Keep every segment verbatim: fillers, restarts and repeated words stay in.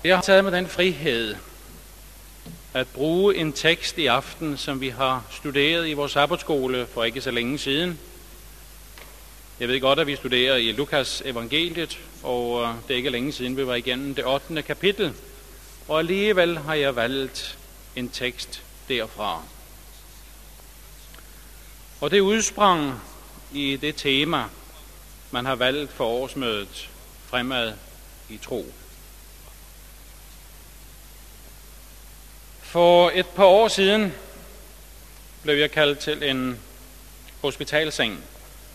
Jeg har taget med den frihed at bruge en tekst i aften, som vi har studeret i vores sabbatskole for ikke så længe siden. Jeg ved godt, at vi studerer i Lukas evangeliet, og det er ikke længe siden, vi var igennem det ottende kapitel. Og alligevel har jeg valgt en tekst derfra. Og det udsprang i det tema, man har valgt for årsmødet Fremad i tro. For et par år siden blev jeg kaldt til en hospitalseng.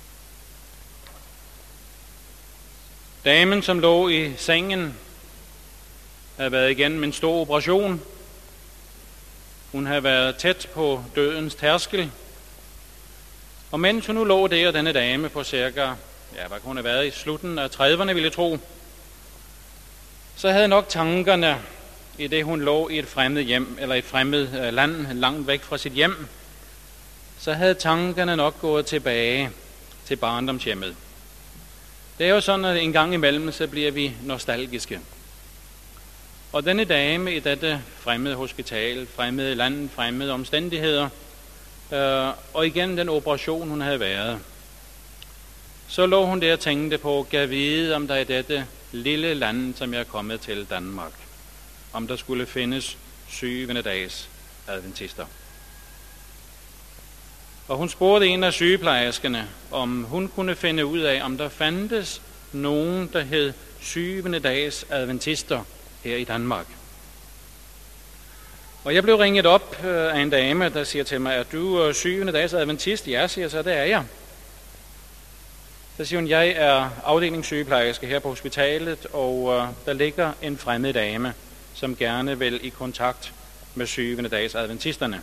Damen, som lå i sengen, havde været igennem en stor operation. Hun havde været tæt på dødens tærskel. Og mens hun nu lå der, denne dame på cirka, ja, hvad kunne hun have været i slutten af trediverne, ville jeg tro, så havde nok tankerne, i det hun lå i et fremmed hjem, eller et fremmed land, langt væk fra sit hjem, så havde tankerne nok gået tilbage til barndomshjemmet. Det er jo sådan, at en gang imellem, så bliver vi nostalgiske. Og denne dame i dette fremmede hospital, fremmede land, fremmede omstændigheder, øh, og igen den operation, hun havde været, så lå hun der og tænkte på, gav vide, om der i dette lille land, som jeg er kommet til, Danmark, om der skulle findes syvende dags adventister. Og hun spurgte en af sygeplejerskerne, om hun kunne finde ud af, om der fandtes nogen, der hed syvende dags adventister her i Danmark. Og jeg blev ringet op af en dame, der siger til mig, er du syvende dags adventist? Ja, siger jeg så, det er jeg. Så siger hun, jeg er afdelingssygeplejerske her på hospitalet, og der ligger en fremmed dame, som gerne vil i kontakt med syvende dags adventisterne.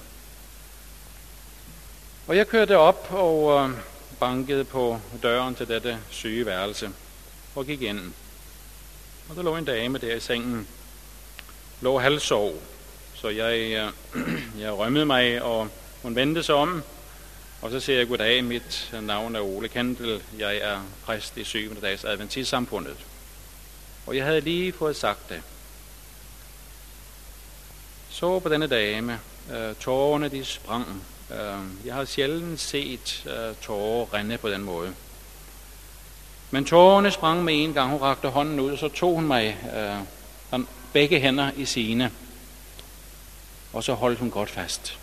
Og jeg kørte op og bankede på døren til dette sygeværelse og gik ind. Og der lå en dame der i sengen, lå halvsov, så jeg, jeg rømmede mig, og hun vendte sig om, og så siger jeg, goddag, mit navn er Ole Kendel, jeg er præst i syvende dags adventistsamfundet. Og jeg havde lige fået sagt det. Så på denne dame, øh, tårerne de sprang. Øh, jeg har sjældent set øh, tårer rinde på den måde. Men tårerne sprang med en gang, hun rakte hånden ud, og så tog hun mig øh, begge hænder i sine, og så holdt hun godt fast.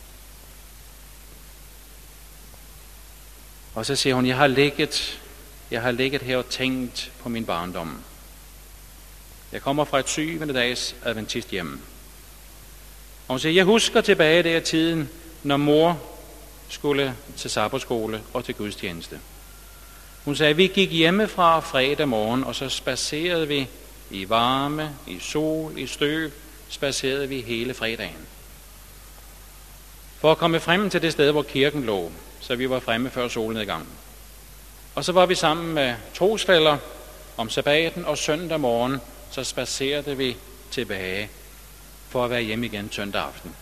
Og så siger hun, jeg har ligget, jeg har ligget her og tænkt på min barndom. Jeg kommer fra et syvende dags adventist hjem. Og hun siger, jeg husker tilbage der tiden, når mor skulle til sabbatskole og til gudstjeneste. Hun sagde, vi gik hjemmefra fredag morgen, og så spacerede vi i varme, i sol, i støv, spacerede vi hele fredagen. For at komme frem til det sted, hvor kirken lå, så vi var fremme før solnedgangen. Og så var vi sammen med trosfæller om sabbaten, og søndag morgen, så spacerede vi tilbage for at være hjemme igen søndag aften.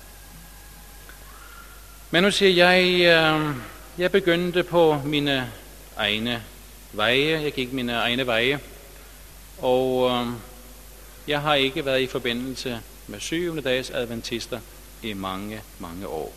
Men nu siger jeg, øh, jeg begyndte på mine egne veje, jeg gik mine egne veje, og øh, jeg har ikke været i forbindelse med syvende dags adventister i mange, mange år.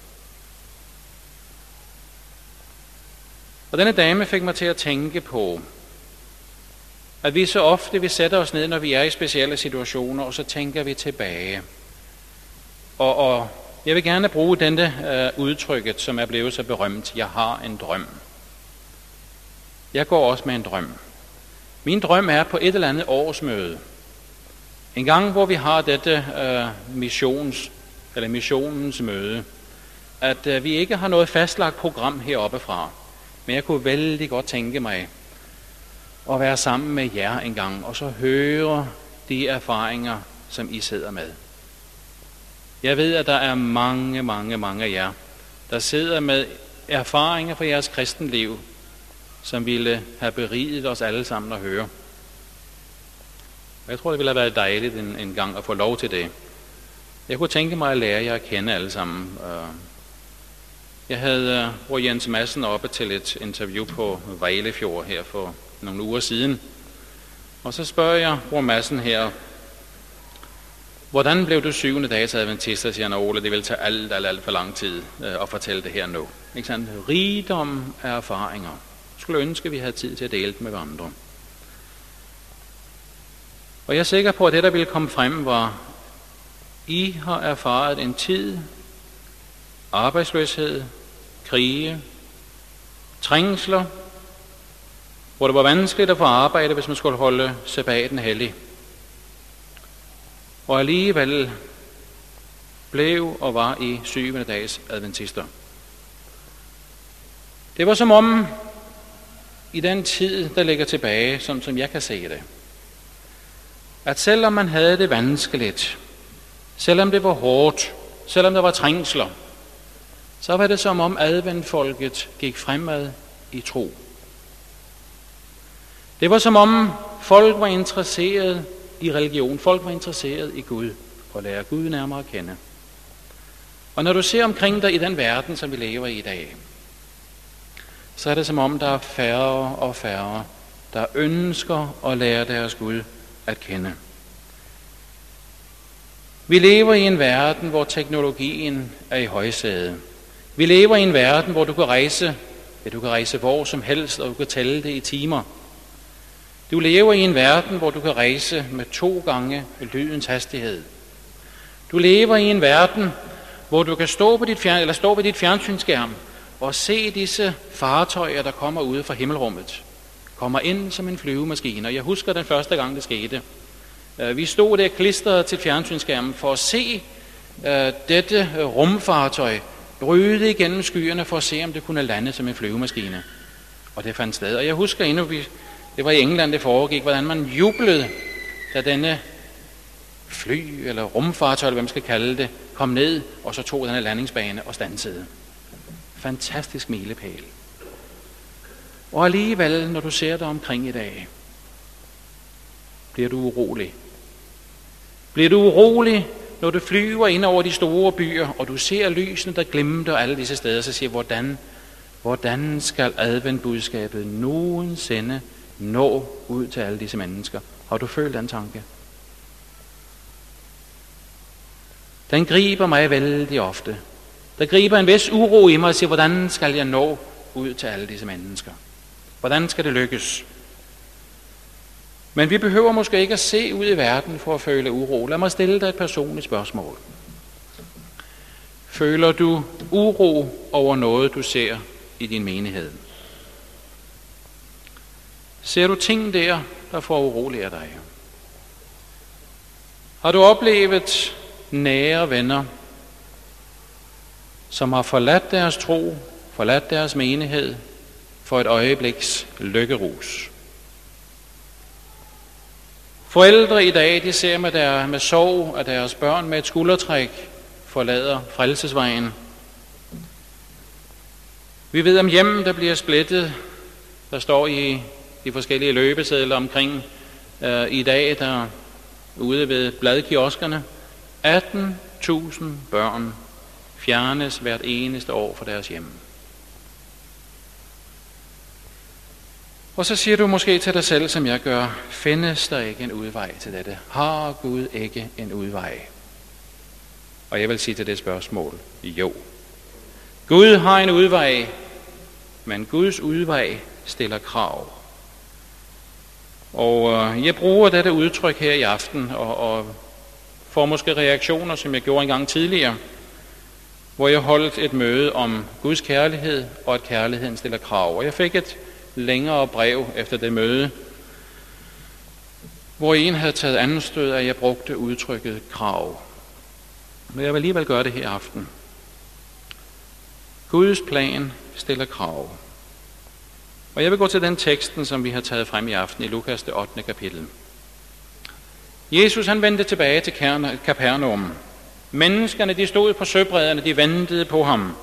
Og denne dame fik mig til at tænke på, at vi så ofte vi sætter os ned, når vi er i specielle situationer, og så tænker vi tilbage. Og, og jeg vil gerne bruge denne uh, udtrykket, som er blevet så berømt, jeg har en drøm. Jeg går også med en drøm. Min drøm er på et eller andet årsmøde. En gang, hvor vi har dette uh, missions, eller missionens møde, at uh, vi ikke har noget fastlagt program heroppe fra, men jeg kunne vældig godt tænke mig at være sammen med jer en gang, og så høre de erfaringer, som I sidder med. Jeg ved, at der er mange, mange, mange af jer, der sidder med erfaringer fra jeres kristenliv, som ville have beriget os alle sammen at høre. Og jeg tror, det ville have været dejligt en, en gang at få lov til det. Jeg kunne tænke mig at lære jer at kende alle sammen. Jeg havde Bror Jens Madsen oppe til et interview på Vejlefjord her for nogle uger siden. Og så spørger jeg Bror Madsen her, Hvordan blev du syvende dags adventister, siger Ole, det vil tage alt, alt, alt for lang tid øh, at fortælle det her nu. Ikke sandt? Rigdom af erfaringer. Jeg skulle ønske, at vi havde tid til at dele dem med andre. Og jeg er sikker på, at det, der ville komme frem, var, I har erfaret en tid, arbejdsløshed, krige, trængsler, hvor det var vanskeligt at få arbejde, hvis man skulle holde sabbaten hellig. Og alligevel blev og var I syvende dags adventister. Det var som om, i den tid, der ligger tilbage, som, som jeg kan se det, at selvom man havde det vanskeligt, selvom det var hårdt, selvom der var trængsler, så var det som om adventfolket gik fremad i tro. Det var som om folk var interesseret i religion, folk var interesseret i Gud og lære Gud nærmere at kende. Og når du ser omkring dig i den verden, som vi lever i i dag, så er det som om, der er færre og færre, der ønsker at lære deres Gud at kende. Vi lever i en verden, hvor teknologien er i højsædet. Vi lever i en verden, hvor du kan rejse, ja, du kan rejse hvor som helst, og du kan tælle det i timer. Du lever i en verden, hvor du kan rejse med to gange lydens hastighed. Du lever i en verden, hvor du kan stå på dit fjern, eller stå ved dit fjernsynsskærm og se disse fartøjer, der kommer ud fra himmelrummet. Kommer ind som en flyvemaskine. Og jeg husker den første gang, det skete. Vi stod der klistret til fjernsynsskærmen for at se uh, dette rumfartøj bryde igennem skyerne for at se, om det kunne lande som en flyvemaskine. Og det fandt sted. Og jeg husker endnu, vi, det var i England, det foregik, hvordan man jublede, da denne fly, eller rumfartøj, eller hvad man skal kalde det, kom ned, og så tog denne landingsbane og standsede. Fantastisk milepæl. Og alligevel, når du ser dig omkring i dag, bliver du urolig. Bliver du urolig, når du flyver ind over de store byer, og du ser lysene, der glimter alle disse steder, så siger, hvordan, hvordan skal adventbudskabet nogensinde nå ud til alle disse mennesker? Har du følt den tanke? Den griber mig vældig ofte. Der griber en vis uro i mig og siger, hvordan skal jeg nå ud til alle disse mennesker? Hvordan skal det lykkes? Men vi behøver måske ikke at se ud i verden for at føle uro. Lad mig stille dig et personligt spørgsmål. Føler du uro over noget, du ser i din menighed? Ser du ting der, der får urolig af dig? Har du oplevet nære venner, som har forladt deres tro, forladt deres menighed for et øjebliks lykkerus? Forældre i dag, de ser med, der, med sorg, at deres børn med et skuldertræk forlader frelsesvejen. Vi ved om hjem, der bliver splittet. Der står i de forskellige løbesedler omkring øh, i dag, der ude ved bladkioskerne, atten tusind børn fjernes hvert eneste år fra deres hjem. Og så siger du måske til dig selv, som jeg gør, findes der ikke en udvej til dette? Har Gud ikke en udvej? Og jeg vil sige til det spørgsmål, jo. Gud har en udvej, men Guds udvej stiller krav. Og øh, jeg bruger dette udtryk her i aften, og, og får måske reaktioner, som jeg gjorde en gang tidligere, hvor jeg holdt et møde om Guds kærlighed, og at kærligheden stiller krav. Og jeg fik et længere brev efter det møde, hvor en havde taget anstød af, at jeg brugte udtrykket krav. Men jeg vil alligevel gøre det her aften. Guds plan stiller krav. Og jeg vil gå til den teksten, som vi har taget frem i aften i Lukas det ottende kapitel. Jesus han vendte tilbage til Kapernaum. Menneskerne de stod på søbredderne, de ventede på ham.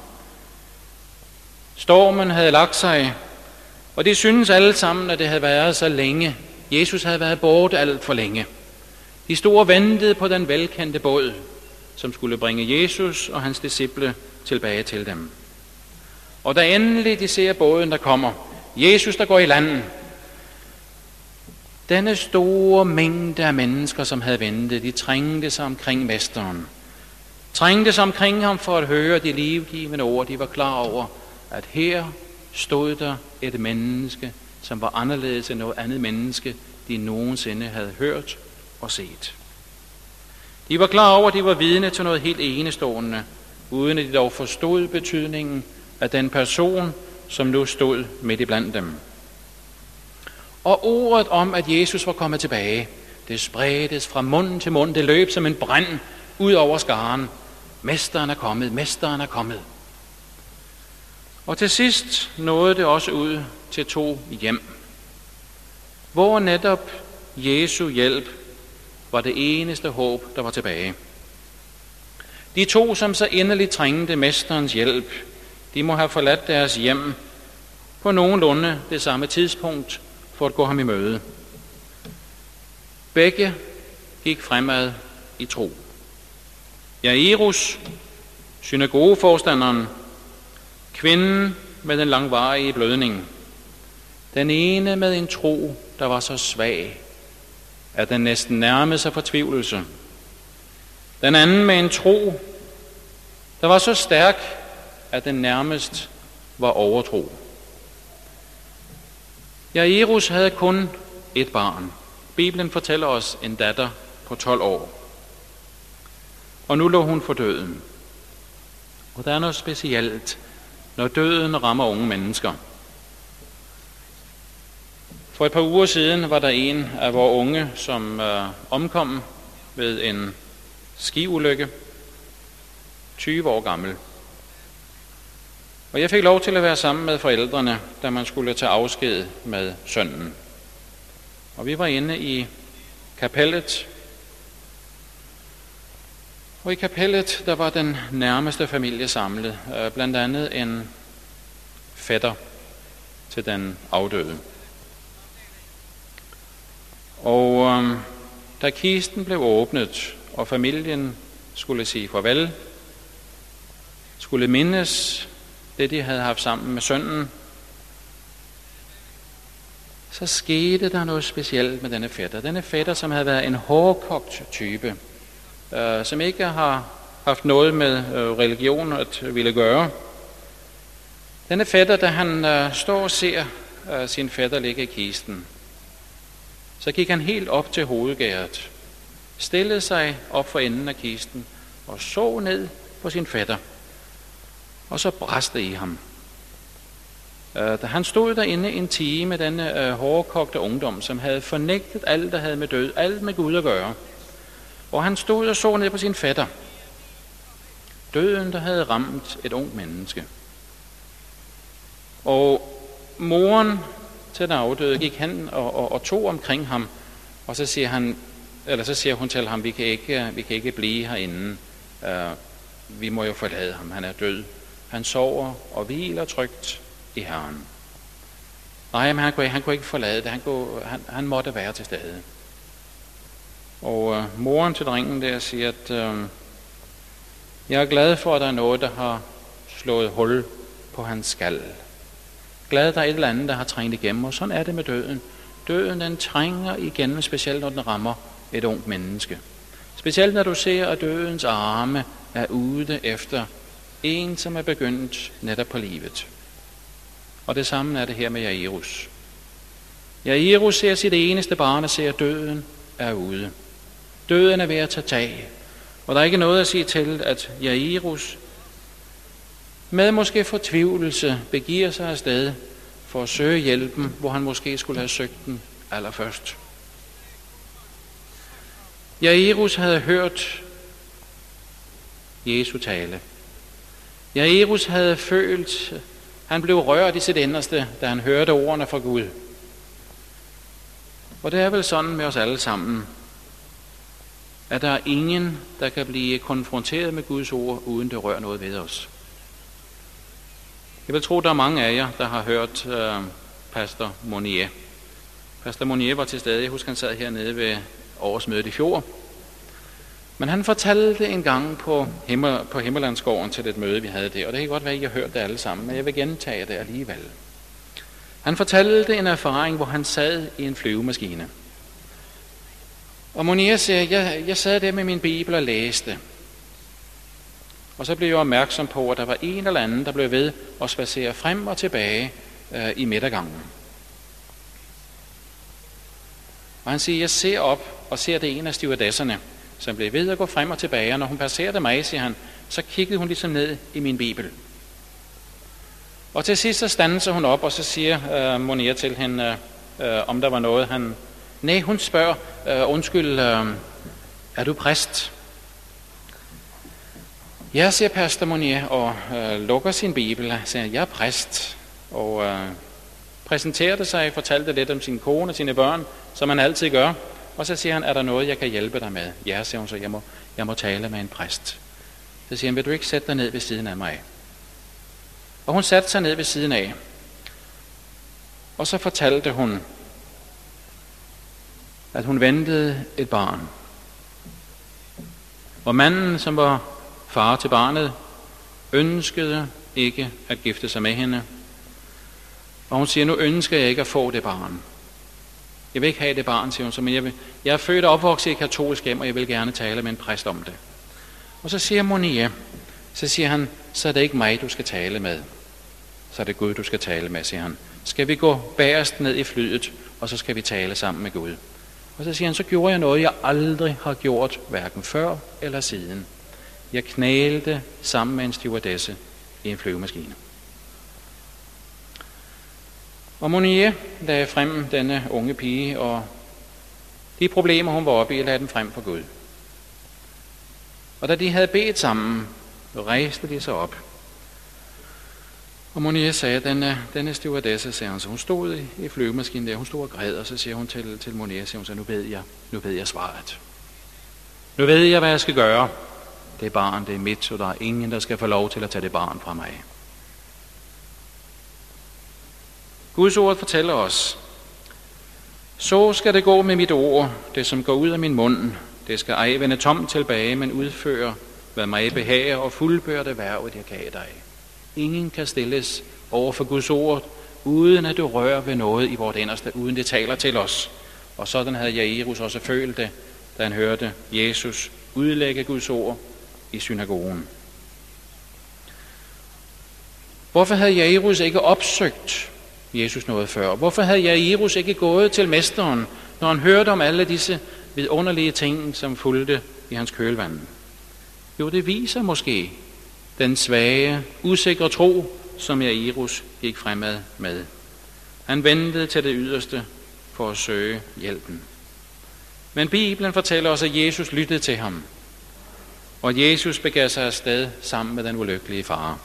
Stormen havde lagt sig, og de syntes alle sammen, at det havde været så længe. Jesus havde været borte alt for længe. De stod og ventede på den velkendte båd, som skulle bringe Jesus og hans disciple tilbage til dem. Og da endelig de ser båden, der kommer, Jesus, der går i land, Denne store mængde af mennesker, som havde ventet, de trængte sig omkring mesteren. Trængte sig omkring ham for at høre de livgivende ord. De var klar over, at her stod der et menneske, som var anderledes end noget andet menneske, de nogensinde havde hørt og set. De var klar over, at de var vidne til noget helt enestående, uden at de dog forstod betydningen af den person, som nu stod midt iblandt dem. Og ordet om, at Jesus var kommet tilbage, det spredtes fra mund til mund, det løb som en brand ud over skaren. Mesteren er kommet, mesteren er kommet. Og til sidst nåede det også ud til to hjem, hvor netop Jesu hjælp var det eneste håb, der var tilbage. De to, som så inderligt trængte mesterens hjælp, de må have forladt deres hjem på nogenlunde det samme tidspunkt for at gå ham i møde. Begge gik fremad i tro. Jairus, synagogeforstanderen, kvinden med den langvarige blødning. Den ene med en tro, der var så svag, at den næsten nærmede sig fortvivlelse. Den anden med en tro, der var så stærk, at den nærmest var overtro. Jairus havde kun et barn. Bibelen fortæller os en datter på tolv år. Og nu lå hun for døden. Og der er noget specielt, når døden rammer unge mennesker. For et par uger siden var der en af vores unge, som øh, omkom ved en skiulykke, tyve år gammel. Og jeg fik lov til at være sammen med forældrene, da man skulle tage afsked med sønnen. Og vi var inde i kapellet. Og i kapellet, der var den nærmeste familie samlet. Blandt andet en fætter til den afdøde. Og øhm, da kisten blev åbnet, og familien skulle sige farvel, skulle mindes det, de havde haft sammen med sønnen, så skete der noget specielt med denne fætter. Denne fætter, som havde været en hårdkogt type, øh, som ikke har haft noget med øh, religion at ville gøre. Denne fætter, da han øh, står og ser øh, sin fætter ligge i kisten, så gik han helt op til hovedgærdet, stillede sig op for enden af kisten og så ned på sin fætter. Og så bræste i ham. Da han stod derinde en time med denne øh, hårdkogte ungdom, som havde fornægtet alt, der havde med død, alt med Gud at gøre. Og han stod og så ned på sin fætter. Døden, der havde ramt et ungt menneske. Og moren til den afdøde gik hen og, og, og tog omkring ham, og så siger, han, eller så siger hun til ham, vi kan ikke, vi kan ikke blive herinde. Uh, vi må jo forlade ham, han er død. Han sover og hviler trygt i Herren. Nej, men han kunne, han kunne ikke forlade det. Han, kunne, han, han måtte være til stede. Og uh, moren til drengen der siger, at uh, jeg er glad for, at der er noget, der har slået hul på hans skal. Glad, at der er et eller andet, der har trængt igennem. Og sådan er det med døden. Døden, den trænger igennem, specielt når den rammer et ungt menneske. Specielt når du ser, at dødens arme er ude efter en, som er begyndt netop på livet. Og det samme er det her med Jairus. Jairus ser sit eneste barn og ser, at døden er ude. Døden er ved at tage tag. Og der er ikke noget at sige til, at Jairus med måske fortvivlelse begiver sig afsted for at søge hjælpen, hvor han måske skulle have søgt den allerførst. Jairus havde hørt Jesu tale. Jairus havde følt, han blev rørt i sit inderste, da han hørte ordene fra Gud. Og det er vel sådan med os alle sammen, at der er ingen, der kan blive konfronteret med Guds ord, uden det rører noget ved os. Jeg vil tro, der er mange af jer, der har hørt øh, pastor Monier. Pastor Monier var til stede, jeg husker, han sad hernede ved årsmødet i fjor. Men han fortalte en gang på, himmel, på Himmerlandsgården til et møde, vi havde der, og det kan godt være, at I har hørt det alle sammen, men jeg vil gentage det alligevel. Han fortalte en erfaring, hvor han sad i en flyvemaskine. Og Monia siger, jeg, jeg sad der med min bibel og læste. Og så blev jeg opmærksom på, at der var en eller anden, der blev ved at spacere frem og tilbage øh, i midtergangen. Og han siger, jeg ser op og ser det en af stewardesserne, som blev ved at gå frem og tilbage. Og når hun passerede mig, siger han, så kiggede hun ligesom ned i min bibel. Og til sidst så standser hun op, og så siger øh, Monia til hende, øh, om der var noget, han... Nej, hun spørger, øh, undskyld, øh, er du præst? Ja, siger pastor Monia, og øh, lukker sin bibel, og siger, jeg er præst, og øh, præsenterede sig, fortalte lidt om sin kone og sine børn, som han altid gør, og så siger han, er der noget, jeg kan hjælpe dig med? Ja, siger hun så, jeg må, jeg må tale med en præst. Så siger han, vil du ikke sætte dig ned ved siden af mig? Og hun satte sig ned ved siden af, og så fortalte hun, at hun ventede et barn. Og manden, som var far til barnet, ønskede ikke at gifte sig med hende. Og hun siger, nu ønsker jeg ikke at få det barn. Jeg vil ikke have det barn, siger hun så, men jeg, vil, jeg er født og opvokset i katolsk hjem, og jeg vil gerne tale med en præst om det. Og så siger Monia, så siger han, så er det ikke mig, du skal tale med. Så er det Gud, du skal tale med, siger han. Skal vi gå bagerst ned i flyet, og så skal vi tale sammen med Gud. Og så siger han, så gjorde jeg noget, jeg aldrig har gjort, hverken før eller siden. Jeg knælte sammen med en stewardesse i en flyvemaskine. Og Monia lagde frem denne unge pige, og de problemer, hun var oppe i, lagde dem frem for Gud. Og da de havde bedt sammen, rejste de sig op. Og Monia sagde, at denne, denne stewardesse, sagde hun, så hun stod i, i flyvemaskinen der, hun stod og græd, og så siger hun til, til Monia, siger hun så, nu ved jeg, nu ved jeg svaret. Nu ved jeg, hvad jeg skal gøre. Det barn, det er mit, og der er ingen, der skal få lov til at tage det barn fra mig. Guds ord fortæller os, så skal det gå med mit ord, det som går ud af min mund, det skal ej vende tomt tilbage, men udføre, hvad mig behager, og fuldbøre det værvet, jeg gav dig. Ingen kan stilles over for Guds ord, uden at du rører ved noget i vort inderste, uden det taler til os. Og sådan havde Jairus også følt det, da han hørte Jesus udlægge Guds ord i synagogen. Hvorfor havde Jairus ikke opsøgt Jesus noget før? Hvorfor havde Jairus ikke gået til mesteren, når han hørte om alle disse vidunderlige ting, som fulgte i hans kølvand? Jo, det viser måske den svage, usikre tro, som Jairus gik fremad med. Han ventede til det yderste for at søge hjælpen. Men Bibelen fortæller os, at Jesus lyttede til ham, og Jesus begav sig afsted sammen med den ulykkelige far.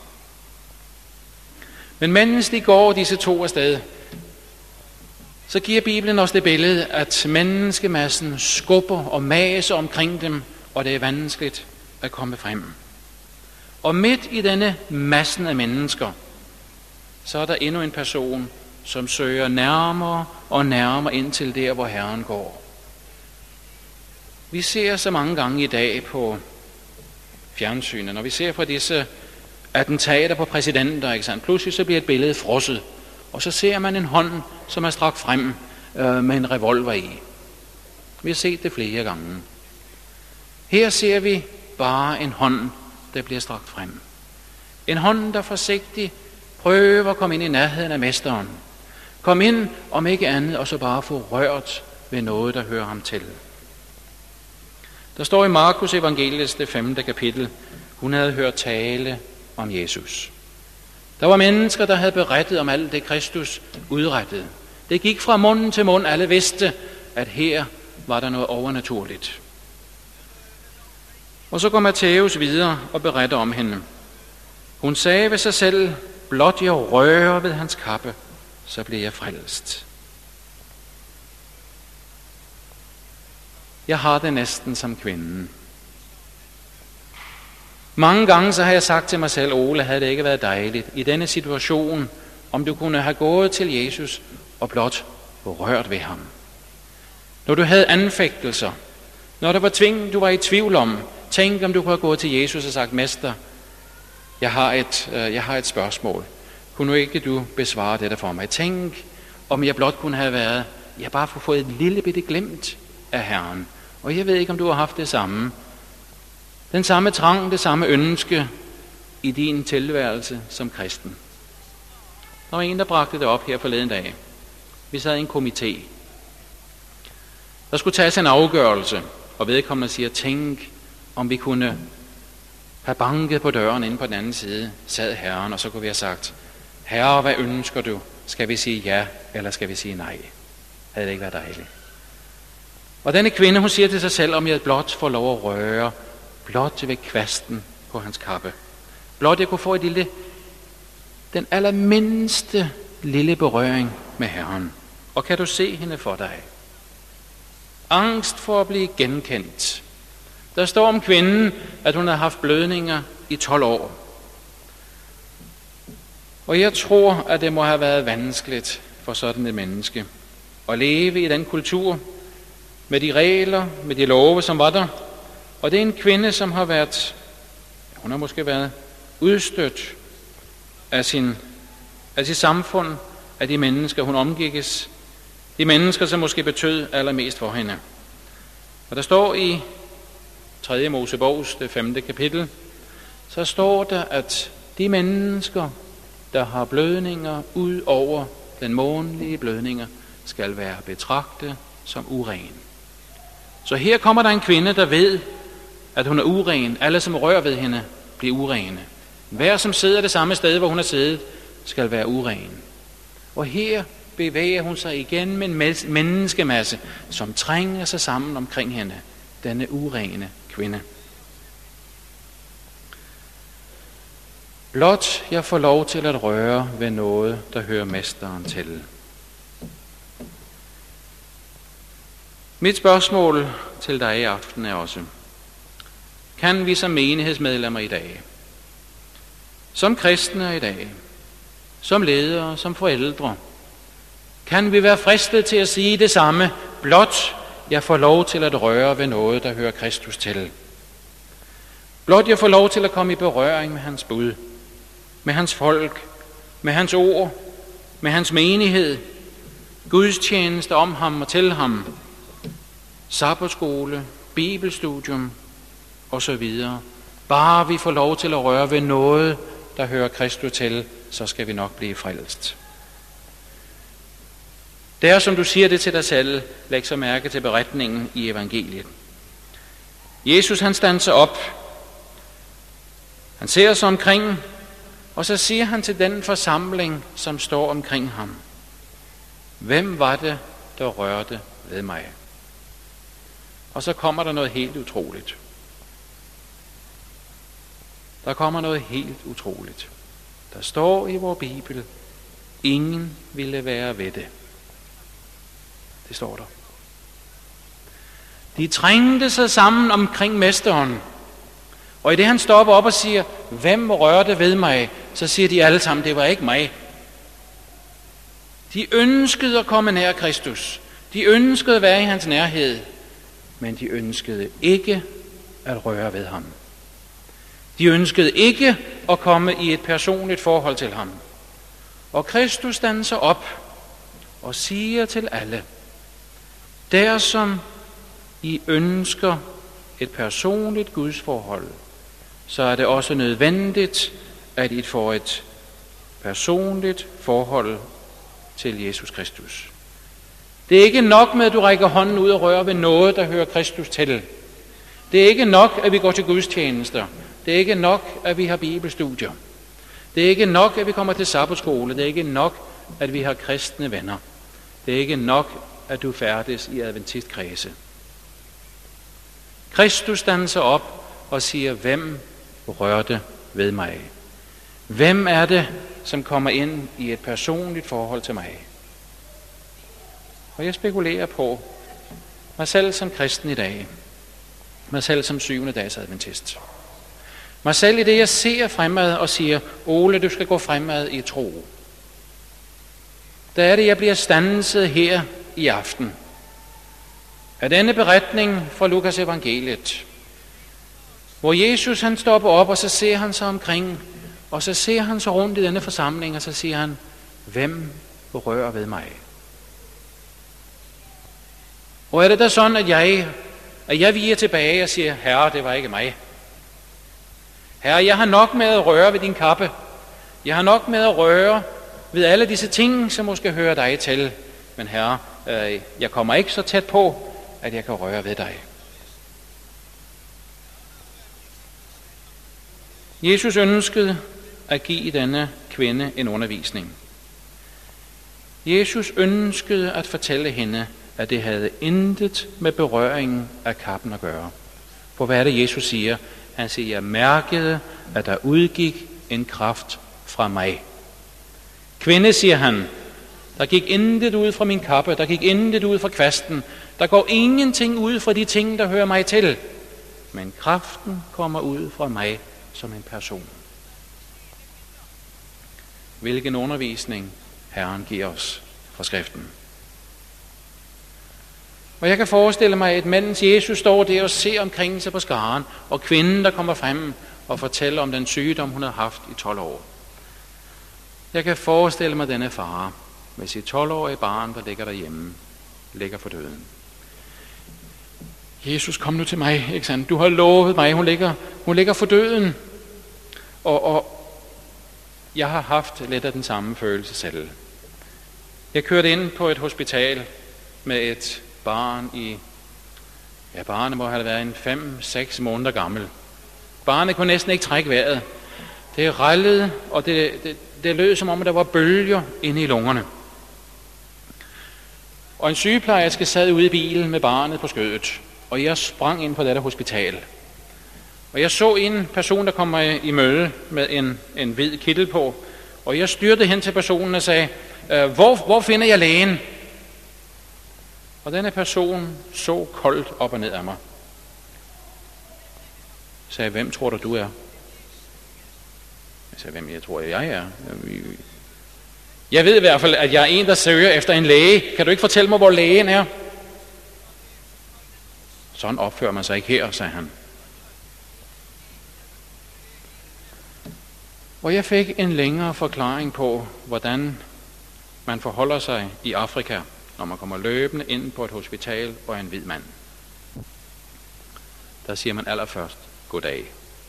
Men mens de går disse to afsted, så giver Bibelen os det billede, at menneskemassen skubber og maser omkring dem, og det er vanskeligt at komme frem. Og midt i denne massen af mennesker, så er der endnu en person, som søger nærmere og nærmere ind til der, hvor Herren går. Vi ser så mange gange i dag på fjernsynet, når vi ser på disse attentater på præsidenter, ikke sandt? Pludselig så bliver et billede frosset, og så ser man en hånd, som er strakt frem øh, med en revolver i. Vi har set det flere gange. Her ser vi bare en hånd, der bliver strakt frem. En hånd, der forsigtigt prøver at komme ind i nærheden af mesteren. Kom ind, om ikke andet, og så bare få rørt ved noget, der hører ham til. Der står i Markus evangeliets det femte kapitel, hun havde hørt tale om Jesus. Der var mennesker, der havde berettet om alt det, Kristus udrettede. Det gik fra munden til mund. Alle vidste, at her var der noget overnaturligt. Og så går Matthæus videre og beretter om hende. Hun sagde ved sig selv, blot jeg rører ved hans kappe, så bliver jeg frelst. Jeg har det næsten som kvinden. Mange gange så har jeg sagt til mig selv, Ole, havde det ikke været dejligt i denne situation, om du kunne have gået til Jesus og blot rørt ved ham. Når du havde anfægtelser, når der var ting, du var i tvivl om, tænk om du kunne have gået til Jesus og sagt, Mester, jeg har et, øh, jeg har et spørgsmål. Kunne nu ikke du besvare dette for mig? Tænk, om jeg blot kunne have været, jeg bare få fået et lille bitte glimt af Herren, Og jeg ved ikke, om du har haft det samme. Den samme trang, det samme ønske i din tilværelse som kristen. Der var en, der bragte det op her forleden dag. Vi sad i en komité. Der skulle tages en afgørelse, og vedkommende siger, tænk, om vi kunne have banket på døren inde på den anden side, sad Herren, og så kunne vi have sagt, Herre, hvad ønsker du? Skal vi sige ja, eller skal vi sige nej? Havde det ikke været dejligt? Og denne kvinde, hun siger til sig selv, om jeg blot får lov at røre, blot ved kvasten på hans kappe. Blot jeg kunne få et lille, den allermindste lille berøring med Herren. Og kan du se hende for dig? Angst for at blive genkendt. Der står om kvinden, at hun har haft blødninger i tolv år. Og jeg tror, at det må have været vanskeligt for sådan et menneske at leve i den kultur, med de regler, med de love, som var der. Og det er en kvinde, som har været, hun har måske været udstødt af, sin, af sit samfund, af de mennesker, hun omgikkes, de mennesker, som måske betød allermest for hende. Og der står i tredje Mosebogs, det femte kapitel, så står der, at de mennesker, der har blødninger ud over den månedlige blødninger, skal være betragtet som uren. Så her kommer der en kvinde, der ved, at hun er uren. Alle, som rører ved hende, bliver urene. Hver, som sidder det samme sted, hvor hun har siddet, skal være uren. Og her bevæger hun sig igen med en menneskemasse, som trænger sig sammen omkring hende, denne urene kvinde. Blot jeg får lov til at røre ved noget, der hører mesteren til. Mit spørgsmål til dig i aften er også, kan vi som menighedsmedlemmer i dag, som kristne i dag, som ledere, som forældre, kan vi være fristet til at sige det samme, blot jeg får lov til at røre ved noget, der hører Kristus til. Blot jeg får lov til at komme i berøring med hans bud, med hans folk, med hans ord, med hans menighed, Guds tjeneste om ham og til ham, sabbatskole, bibelstudium og så videre. Bare vi får lov til at røre ved noget, der hører Kristus til, så skal vi nok blive frelst. Det er, som du siger det til dig selv, læg så mærke til beretningen i evangeliet. Jesus, han standser op. Han Han ser sig omkring, og så siger han til den forsamling, som står omkring ham: hvem var det, der rørte ved mig? Og så kommer der noget helt utroligt. Der kommer noget helt utroligt. Der står i vores Bibel: ingen ville være ved det. Det står der. De trængte sig sammen omkring mesteren. Og i det han stopper op og siger: hvem rørte ved mig? Så siger de alle sammen: det var ikke mig. De ønskede at komme nær Kristus. De ønskede at være i hans nærhed. Men de ønskede ikke at røre ved ham. De ønskede ikke at komme i et personligt forhold til ham. Og Kristus standser op og siger til alle: der som I ønsker et personligt gudsforhold, så er det også nødvendigt, at I får et personligt forhold til Jesus Kristus. Det er ikke nok med, at du rækker hånden ud og rører ved noget, der hører Kristus til. Det er ikke nok, at vi går til gudstjenester. Det er ikke nok, at vi har bibelstudier. Det er ikke nok, at vi kommer til sabbatskole. Det er ikke nok, at vi har kristne venner. Det er ikke nok, at du færdes i adventistkredse. Kristus standser op og siger: hvem rørte ved mig? Hvem er det, som kommer ind i et personligt forhold til mig? Og jeg spekulerer på mig selv som kristen i dag, mig selv som syvende dags adventist, mig selv i det, jeg ser fremad og siger: Ole, du skal gå fremad i tro. Der er det, jeg bliver standset her i aften af denne beretning fra Lukas evangeliet, hvor Jesus han stopper op, og så ser han sig omkring, og så ser han sig rundt i denne forsamling, og så siger han: hvem rører ved mig? Og er det da sådan, at jeg at jeg viger tilbage og siger, Herre, det var ikke mig. Herre, jeg har nok med at røre ved din kappe. Jeg har nok med at røre ved alle disse ting, som måske hører dig til. Men Herre, øh, jeg kommer ikke så tæt på, at jeg kan røre ved dig. Jesus ønskede at give denne kvinde en undervisning. Jesus ønskede at fortælle hende, at det havde intet med berøringen af kappen at gøre. For hvad er det, Jesus siger? Han siger, jeg mærkede, at der udgik en kraft fra mig. Kvinde, siger han, der gik intet ud fra min kappe, der gik intet ud fra kvasten, der går ingenting ud fra de ting, der hører mig til. Men kraften kommer ud fra mig som en person. Hvilken undervisning Herren giver os fra skriften. Og jeg kan forestille mig, at mens Jesus står der og ser omkring sig på skaren, og kvinden, der kommer frem og fortæller om den sygdom, hun har haft i tolv år. Jeg kan forestille mig denne far med sit tolv-årige barn, der ligger derhjemme, ligger for døden. Jesus, kom nu til mig, ikke sandt? Du har lovet mig, hun ligger, hun ligger for døden. Og, og jeg har haft lidt af den samme følelse selv. Jeg kørte ind på et hospital med et barn i, ja, barnet må have været en fem seks måneder gammel. Barnet kunne næsten ikke trække vejret. Det rallede, og det, det, det lød som om, at der var bølger inde i lungerne. Og en sygeplejerske sad ude i bilen med barnet på skødet, og jeg sprang ind på dette hospital. Og jeg så en person, der kom i møde med en, en hvid kittel på, og jeg styrte hen til personen og sagde, hvor, hvor finder jeg lægen? Og denne person så koldt op og ned af mig. Jeg sagde, hvem tror du, du er? Jeg sagde, hvem jeg tror, jeg er? Jeg ved i hvert fald, at jeg er en, der søger efter en læge. Kan du ikke fortælle mig, hvor lægen er? Sådan opfører man sig ikke her, sagde han. Og jeg fik en længere forklaring på, hvordan man forholder sig i Afrika, når man kommer løbende ind på et hospital og en hvid mand. Der siger man allerførst, goddag.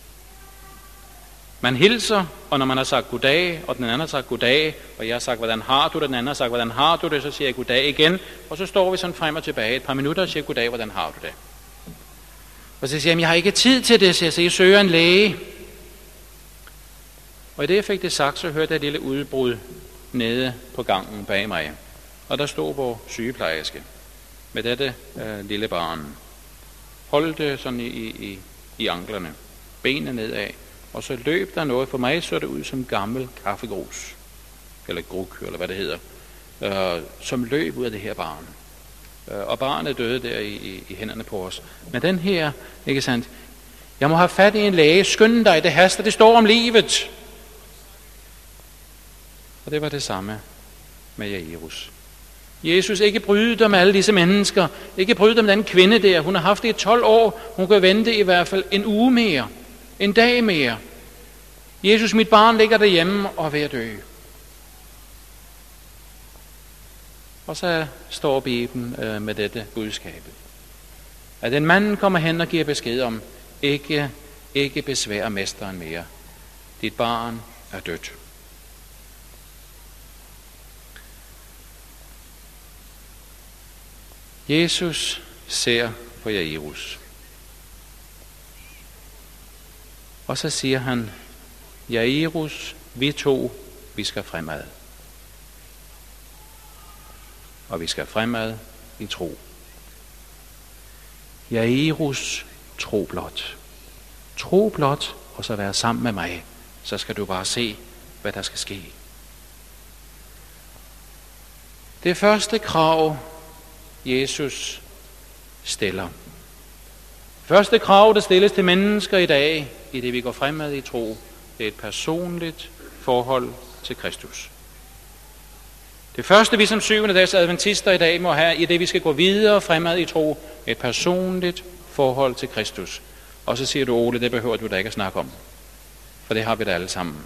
Man hilser, og når man har sagt goddag, og den anden har sagt goddag, og jeg har sagt, hvordan har du det, den anden har sagt, hvordan har du det, så siger jeg goddag igen, og så står vi sådan frem og tilbage et par minutter og siger goddag, hvordan har du det? Og så siger jeg, jeg har ikke tid til det, så jeg søger en læge. Og i det jeg fik det sagt, så hørte jeg et lille udbrud nede på gangen bag mig. Og der stod vores sygeplejerske med dette øh, lille barn. Holdt det sådan i, i, i anklerne, benene nedad, og så løb der noget. For mig så det ud som gammel kaffegrus, eller gruk, eller hvad det hedder, øh, som løb ud af det her barn. Øh, og barnet døde der i, i, i hænderne på os. Men den her, ikke sandt, jeg må have fat i en læge, skynd dig, det haster, det står om livet. Og det var det samme med Jairus. Jesus, ikke bryde dig med alle disse mennesker. Ikke bryde dig med den kvinde der. Hun har haft det i tolv år. Hun kan vente i hvert fald en uge mere. En dag mere. Jesus, mit barn ligger derhjemme og er ved at dø. Og så står Bibelen øh, med dette budskab. At en mand kommer hen og giver besked om, ikke, ikke besvær mesteren mere. Dit barn er dødt. Jesus ser på Jairus. Og så siger han, Jairus, vi to, vi skal fremad. Og vi skal fremad i tro. Jairus, tro blot. Tro blot, og så være sammen med mig. Så skal du bare se, hvad der skal ske. Det første krav, Jesus stiller. Første krav, der stilles til mennesker i dag, i det vi går fremad i tro, det er et personligt forhold til Kristus. Det første, vi som syvende dags adventister i dag må have, i det vi skal gå videre fremad i tro, et personligt forhold til Kristus. Og så siger du, Ole, det behøver du da ikke at snakke om. For det har vi da alle sammen.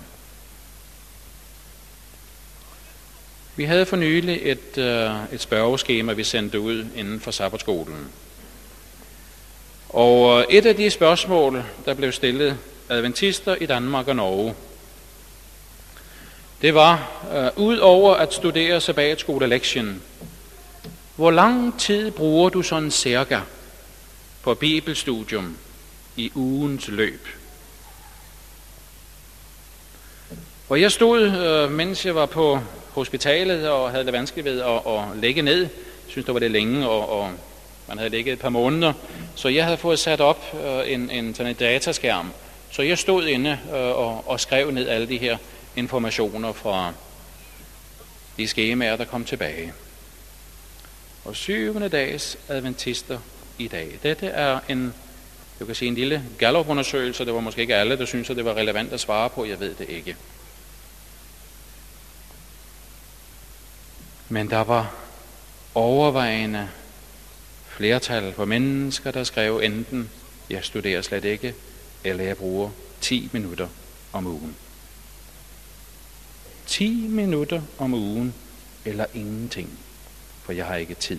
Vi havde for nylig et, uh, et spørgeskema, vi sendte ud inden for sabbatskolen. Og et af de spørgsmål, der blev stillet adventister i Danmark og Norge, det var, uh, ud over at studere sabbatskole-lektien, hvor lang tid bruger du sådan cirka på bibelstudium i ugens løb? Og jeg stod, uh, mens jeg var på hospitalet og havde det vanskeligt ved at, at lægge ned. Jeg synes, det var det længe, og, og man havde ligget et par måneder. Så jeg havde fået sat op uh, en, en sådan en dataskærm. Så jeg stod inde uh, og, og skrev ned alle de her informationer fra de skemaer, der kom tilbage. Og syvende dags adventister i dag. Dette er en, du kan sige, en lille Gallup-undersøgelse. Det var måske ikke alle, der synes, at det var relevant at svare på. Jeg ved det ikke. Men der var overvejende flertal for mennesker, der skrev enten, jeg studerer slet ikke, eller jeg bruger ti minutter om ugen. ti minutter om ugen, eller ingenting, for jeg har ikke tid.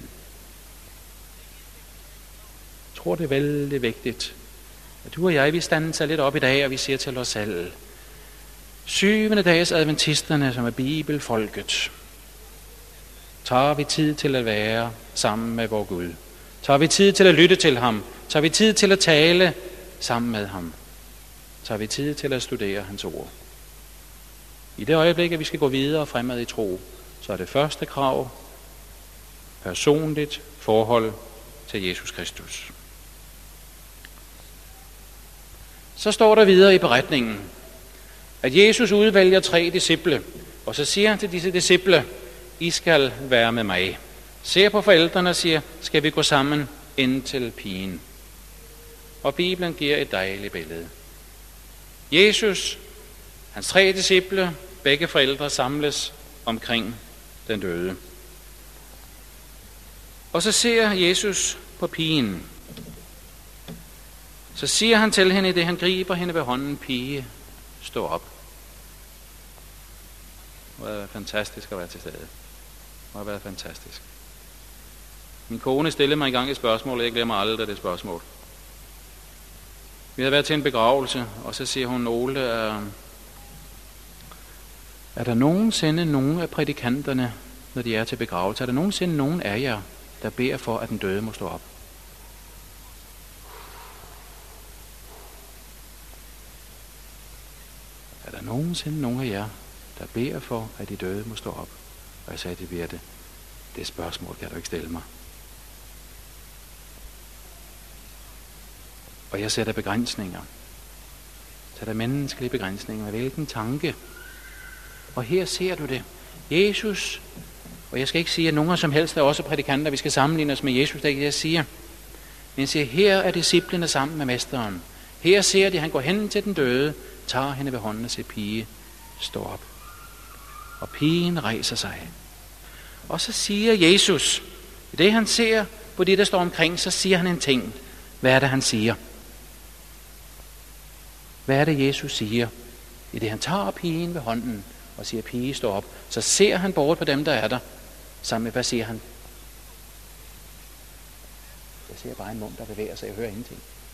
Jeg tror, det er vældig vigtigt, at du og jeg, vi standser lidt op i dag, og vi siger til os selv, syvende dags adventisterne, som er bibelfolket, tager vi tid til at være sammen med vor Gud? Tager vi tid til at lytte til ham? Tager vi tid til at tale sammen med ham? Tager vi tid til at studere hans ord? I det øjeblik, at vi skal gå videre fremad i tro, så er det første krav personligt forhold til Jesus Kristus. Så står der videre i beretningen, at Jesus udvælger tre disciple, og så siger han til disse disciple, I skal være med mig. Ser på forældrene og siger, skal vi gå sammen ind til pigen? Og Bibelen giver et dejligt billede. Jesus, hans tre disciple, begge forældre samles omkring den døde. Og så ser Jesus på pigen. Så siger han til hende, i det han griber hende ved hånden, pige, stå op. Det var fantastisk at være til stede. Det har været fantastisk. Min kone stillede mig engang et spørgsmål, og jeg glemmer aldrig det spørgsmål. Vi havde været til en begravelse, og så siger hun, Ole, er, er der nogensinde nogen af prædikanterne, når de er til begravelse, er der nogensinde nogen af jer, der beder for, at den døde må stå op? Er der nogensinde nogen af jer, der beder for, at de døde må stå op? Og jeg sagde til Birte, det spørgsmål kan du ikke stille mig. Og jeg sætter begrænsninger. Sætter menneskelige begrænsninger. Med hvilken tanke? Og her ser du det. Jesus, og jeg skal ikke sige, at nogen som helst er også prædikanter, vi skal sammenligne os med Jesus, det er ikke det, jeg siger. Men jeg siger, her er disciplene sammen med mesteren. Her ser de, at han går hen til den døde, tager hende ved hånden og siger, pige, stå op. Og pigen rejser sig. Og så siger Jesus, i det han ser på det, der står omkring, så siger han en ting. Hvad er det, han siger? Hvad er det, Jesus siger? I det han tager pigen ved hånden og siger, pige, stå op. Så ser han bort på dem, der er der. Sammen med, hvad siger han? Jeg ser bare en mund, der bevæger sig. Jeg hører ingenting.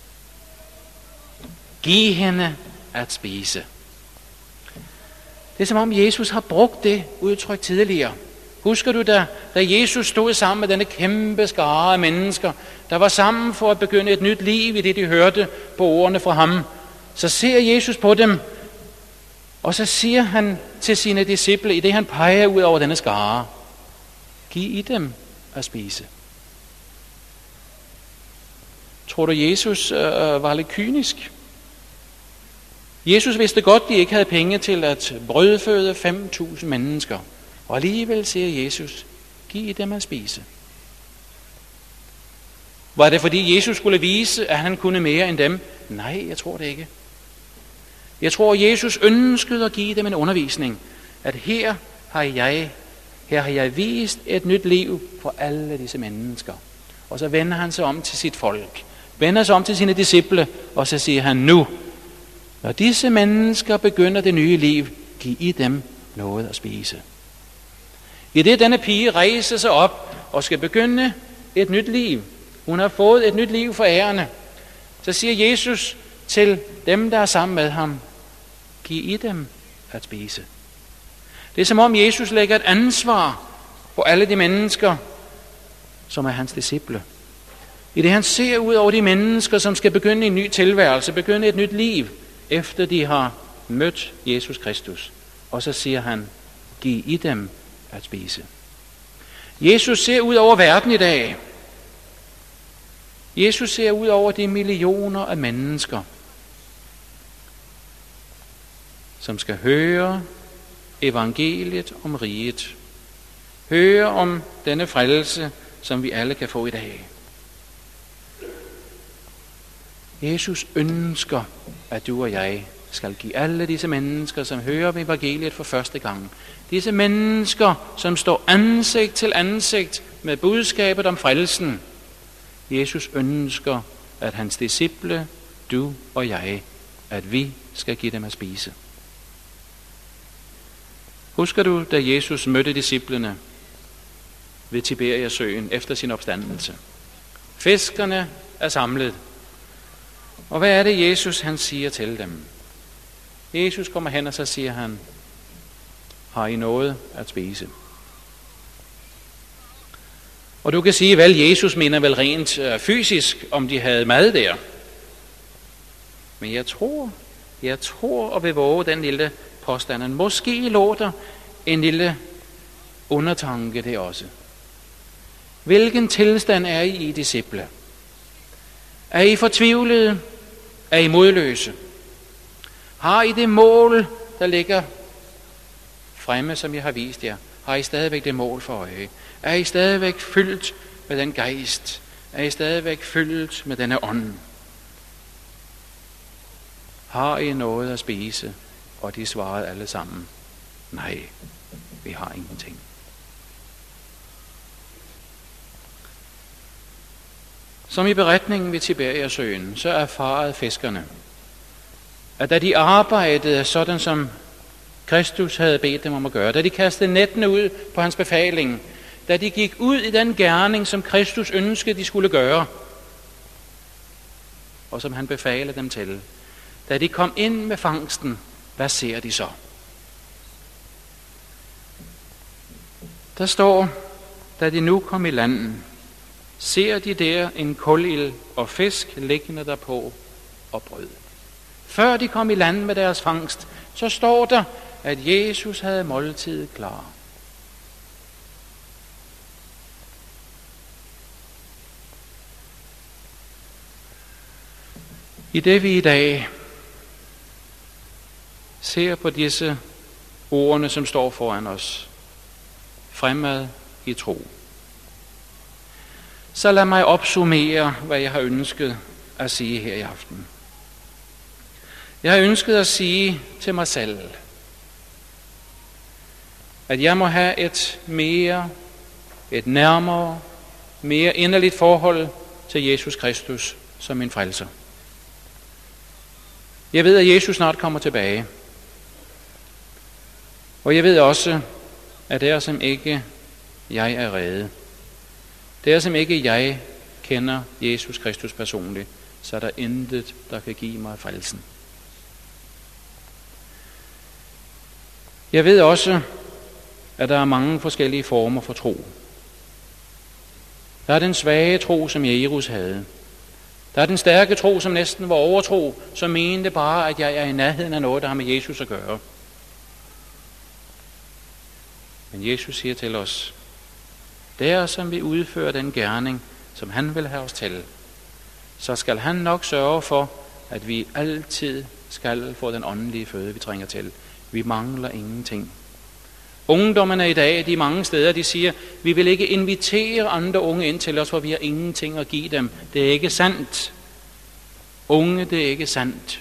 Giv hende at spise. Det er som om Jesus har brugt det udtryk tidligere. Husker du, da, da Jesus stod sammen med denne kæmpe skare af mennesker, der var sammen for at begynde et nyt liv i det, de hørte på ordene fra ham, så ser Jesus på dem, og så siger han til sine disciple, i det han peger ud over denne skare, giv i dem at spise. Tror du, Jesus øh, var lidt kynisk? Jesus vidste godt, de ikke havde penge til at brødføde fem tusind mennesker. Og alligevel siger Jesus, giv dem at spise. Var det fordi Jesus skulle vise, at han kunne mere end dem? Nej, jeg tror det ikke. Jeg tror, Jesus ønskede at give dem en undervisning, at her har jeg, her har jeg vist et nyt liv for alle disse mennesker. Og så vender han sig om til sit folk, vender sig om til sine disciple, og så siger han, nu, når disse mennesker begynder det nye liv, giv I dem noget at spise. I det denne pige rejser sig op og skal begynde et nyt liv. Hun har fået et nyt liv for ærende. så siger Jesus til dem, der er sammen med ham, giv I dem at spise. Det er som om Jesus lægger et ansvar på alle de mennesker, som er hans disciple. I det han ser ud over de mennesker, som skal begynde en ny tilværelse, begynde et nyt liv, efter de har mødt Jesus Kristus. Og så siger han, giv I dem at spise. Jesus ser ud over verden i dag. Jesus ser ud over de millioner af mennesker, som skal høre evangeliet om riget. Høre om denne frelse, som vi alle kan få i dag. Jesus ønsker, at du og jeg skal give alle disse mennesker, som hører om evangeliet for første gang, disse mennesker, som står ansigt til ansigt med budskabet om frelsen. Jesus ønsker, at hans disciple, du og jeg, at vi skal give dem at spise. Husker du, da Jesus mødte disciplene ved Tiberiasøen efter sin opstandelse? Fiskerne er samlet. Og hvad er det, Jesus han siger til dem? Jesus kommer hen, og så siger han, har I noget at spise? Og du kan sige, vel, Jesus mener vel rent øh, fysisk, om de havde mad der. Men jeg tror, jeg tror og vil våge den lille påstanden. Måske lå der en lille undertanke det også. Hvilken tilstand er I i, disciple? Er I fortvivlede? Er I modløse? Har I det mål, der ligger fremme, som jeg har vist jer? Har I stadigvæk det mål for øje? Er I stadigvæk fyldt med den gejst? Er I stadigvæk fyldt med denne ånd? Har I noget at spise? Og de svarede alle sammen, nej, vi har ingenting. Som i beretningen ved Tiberiasøen, så erfarede fiskerne, at da de arbejdede sådan som Kristus havde bedt dem om at gøre, da de kastede nettene ud på hans befaling, da de gik ud i den gerning, som Kristus ønskede, de skulle gøre, og som han befalede dem til, da de kom ind med fangsten, hvad ser de så? Der står, da de nu kom i landen, ser de der en kulild og fisk liggende derpå og brød. Før de kom i land med deres fangst, så står der, at Jesus havde måltidet klar. I det vi i dag ser på disse ordene, som står foran os, fremad i tro, så lad mig opsummere, hvad jeg har ønsket at sige her i aften. Jeg har ønsket at sige til mig selv, at jeg må have et mere, et nærmere, mere inderligt forhold til Jesus Kristus som min frelser. Jeg ved, at Jesus snart kommer tilbage. Og jeg ved også, at der som ikke jeg er reddet, der som ikke jeg kender Jesus Kristus personligt, så er der intet, der kan give mig frelsen. Jeg ved også, at der er mange forskellige former for tro. Der er den svage tro, som Jairus havde. Der er den stærke tro, som næsten var overtro, som mente bare, at jeg er i nærheden af noget, der har med Jesus at gøre. Men Jesus siger til os, der som vi udfører den gerning, som han vil have os til, så skal han nok sørge for, at vi altid skal få den åndelige føde, vi trænger til. Vi mangler ingenting. Ungdommerne i dag, de mange steder, de siger, vi vil ikke invitere andre unge ind til os, for vi har ingenting at give dem. Det er ikke sandt. Unge, det er ikke sandt.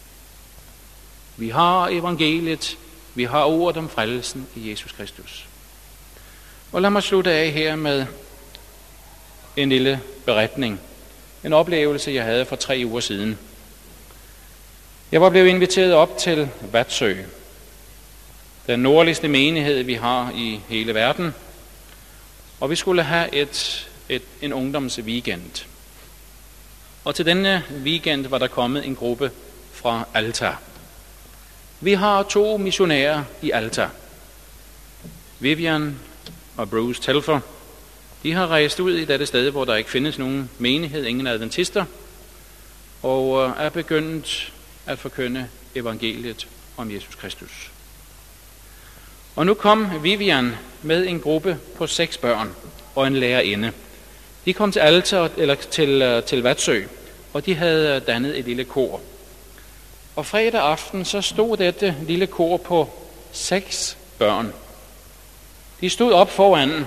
Vi har evangeliet, vi har ordet om frelsen i Jesus Kristus. Og lad mig slutte af her med en lille beretning. En oplevelse, jeg havde for tre uger siden. Jeg var blevet inviteret op til Vatsø, den nordligste menighed, vi har i hele verden. Og vi skulle have et, et, en ungdomsweekend. Og til denne weekend var der kommet en gruppe fra Alta. Vi har to missionærer i Alta. Vivian og Bruce Telfer. De har rejst ud i dette sted, hvor der ikke findes nogen menighed, ingen adventister, og er begyndt at forkynde evangeliet om Jesus Kristus. Og nu kom Vivian med en gruppe på seks børn og en lærerinde. De kom til Alta, eller til, til Vatsø, og de havde dannet et lille kor. Og fredag aften så stod dette lille kor på seks børn. De stod op foran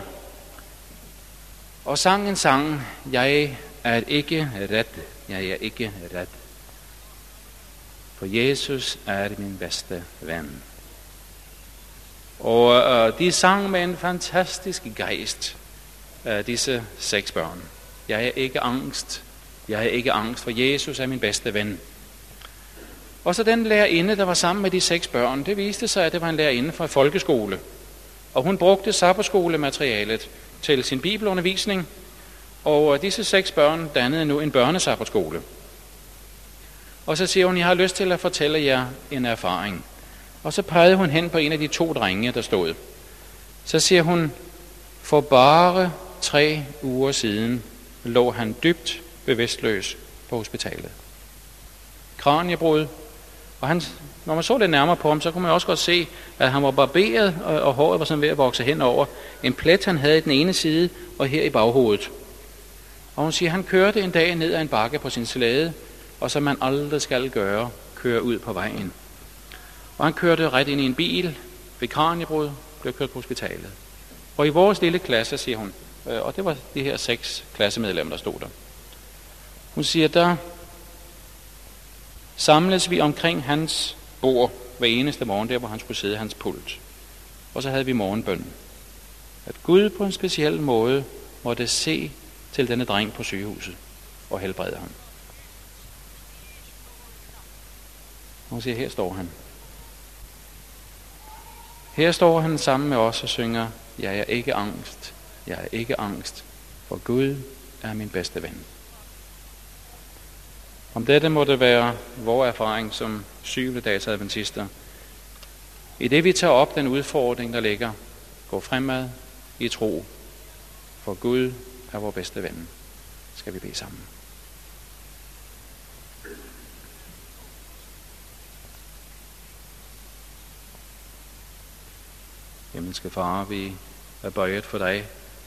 og sang en sang: Jeg er ikke ret, jeg er ikke ret. For Jesus er min bedste ven. Og øh, de sang med en fantastisk gejst, øh, disse seks børn. Jeg er ikke angst, jeg er ikke angst, for Jesus er min bedste ven. Og så den lærerinde, der var sammen med de seks børn, det viste sig, at det var en lærerinde fra folkeskole. Og hun brugte sabbatskolematerialet til sin bibelundervisning, og disse seks børn dannede nu en børnesabbatskole. Og så siger hun: jeg har lyst til at fortælle jer en erfaring. Og så pegede hun hen på en af de to drenge, der stod. Så siger hun: for bare tre uger siden lå han dybt bevidstløs på hospitalet. Kraniebrud. Og han, når man så lidt nærmere på ham, så kunne man også godt se, at han var barberet, og, og håret var sådan ved at vokse henover. En plet, han havde i den ene side, og her i baghovedet. Og hun siger, at han kørte en dag ned ad en bakke på sin slæde, og som man aldrig skal gøre, køre ud på vejen. Og han kørte ret ind i en bil ved kraniebrud, blev kørt på hospitalet. Og i vores lille klasse, siger hun, og det var de her seks klassemedlemmer, der stod der. Hun siger, der samles vi omkring hans bord hver eneste morgen, der hvor han skulle sidde hans pult. Og så havde vi morgenbøn. At Gud på en speciel måde måtte se til denne dreng på sygehuset og helbrede ham. Og hun siger, her står han. Her står han sammen med os og synger: jeg er ikke angst, jeg er ikke angst, for Gud er min bedste ven. Om dette må det være vores erfaring som syvende dags adventister. I det vi tager op den udfordring, der ligger, gå fremad i tro, for Gud er vores bedste ven. Skal vi bede sammen. Himmelske Far, vi er bøjet for dig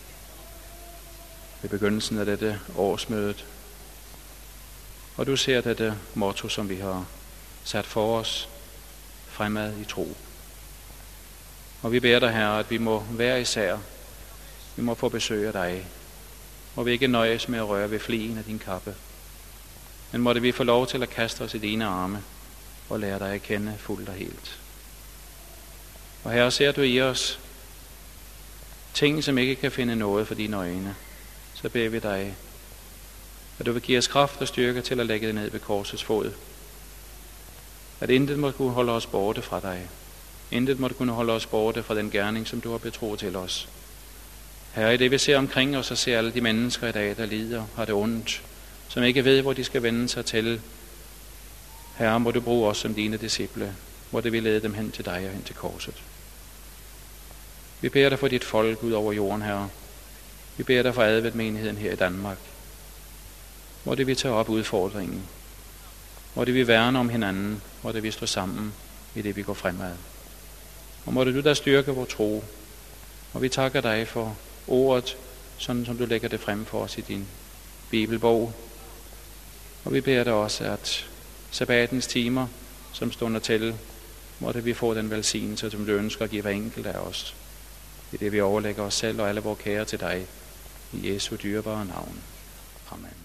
ved begyndelsen af dette årsmøde. Og du ser dette motto, som vi har sat for os, fremad i tro. Og vi beder dig, Herre, at vi må være især. Vi må få besøg af dig. Må vi ikke nøjes med at røre ved flien af din kappe. Men måtte vi få lov til at kaste os i dine arme og lære dig at kende fuldt og helt. Og Herre, ser du i os ting, som ikke kan finde noget for dine øjne, så beder vi dig, at du vil give os kraft og styrke til at lægge det ned ved korsets fod. At intet må kunne holde os borte fra dig. Intet må kunne holde os borte fra den gerning, som du har betroet til os. Herre, i det vi ser omkring os og ser alle de mennesker i dag, der lider, har det ondt, som ikke ved, hvor de skal vende sig til. Herre, må du bruge os som dine disciple. Må det vi lede dem hen til dig og hen til korset. Vi beder dig for dit folk ud over jorden, Herre. Vi beder dig for adventmenigheden her i Danmark. Må det vi tage op udfordringen. Må det vi værne om hinanden. Må det vi stå sammen i det vi går fremad. Og må det du der styrke vor tro. Og vi takker dig for ordet, sådan som du lægger det frem for os i din bibelbog. Og vi beder dig også, at sabbatens timer, som stunder til, måtte vi få den velsignelse, som du ønsker at give hver enkelt af os. I det vi overlægger os selv og alle vores kære til dig. I Jesu dyrebare navn. Amen.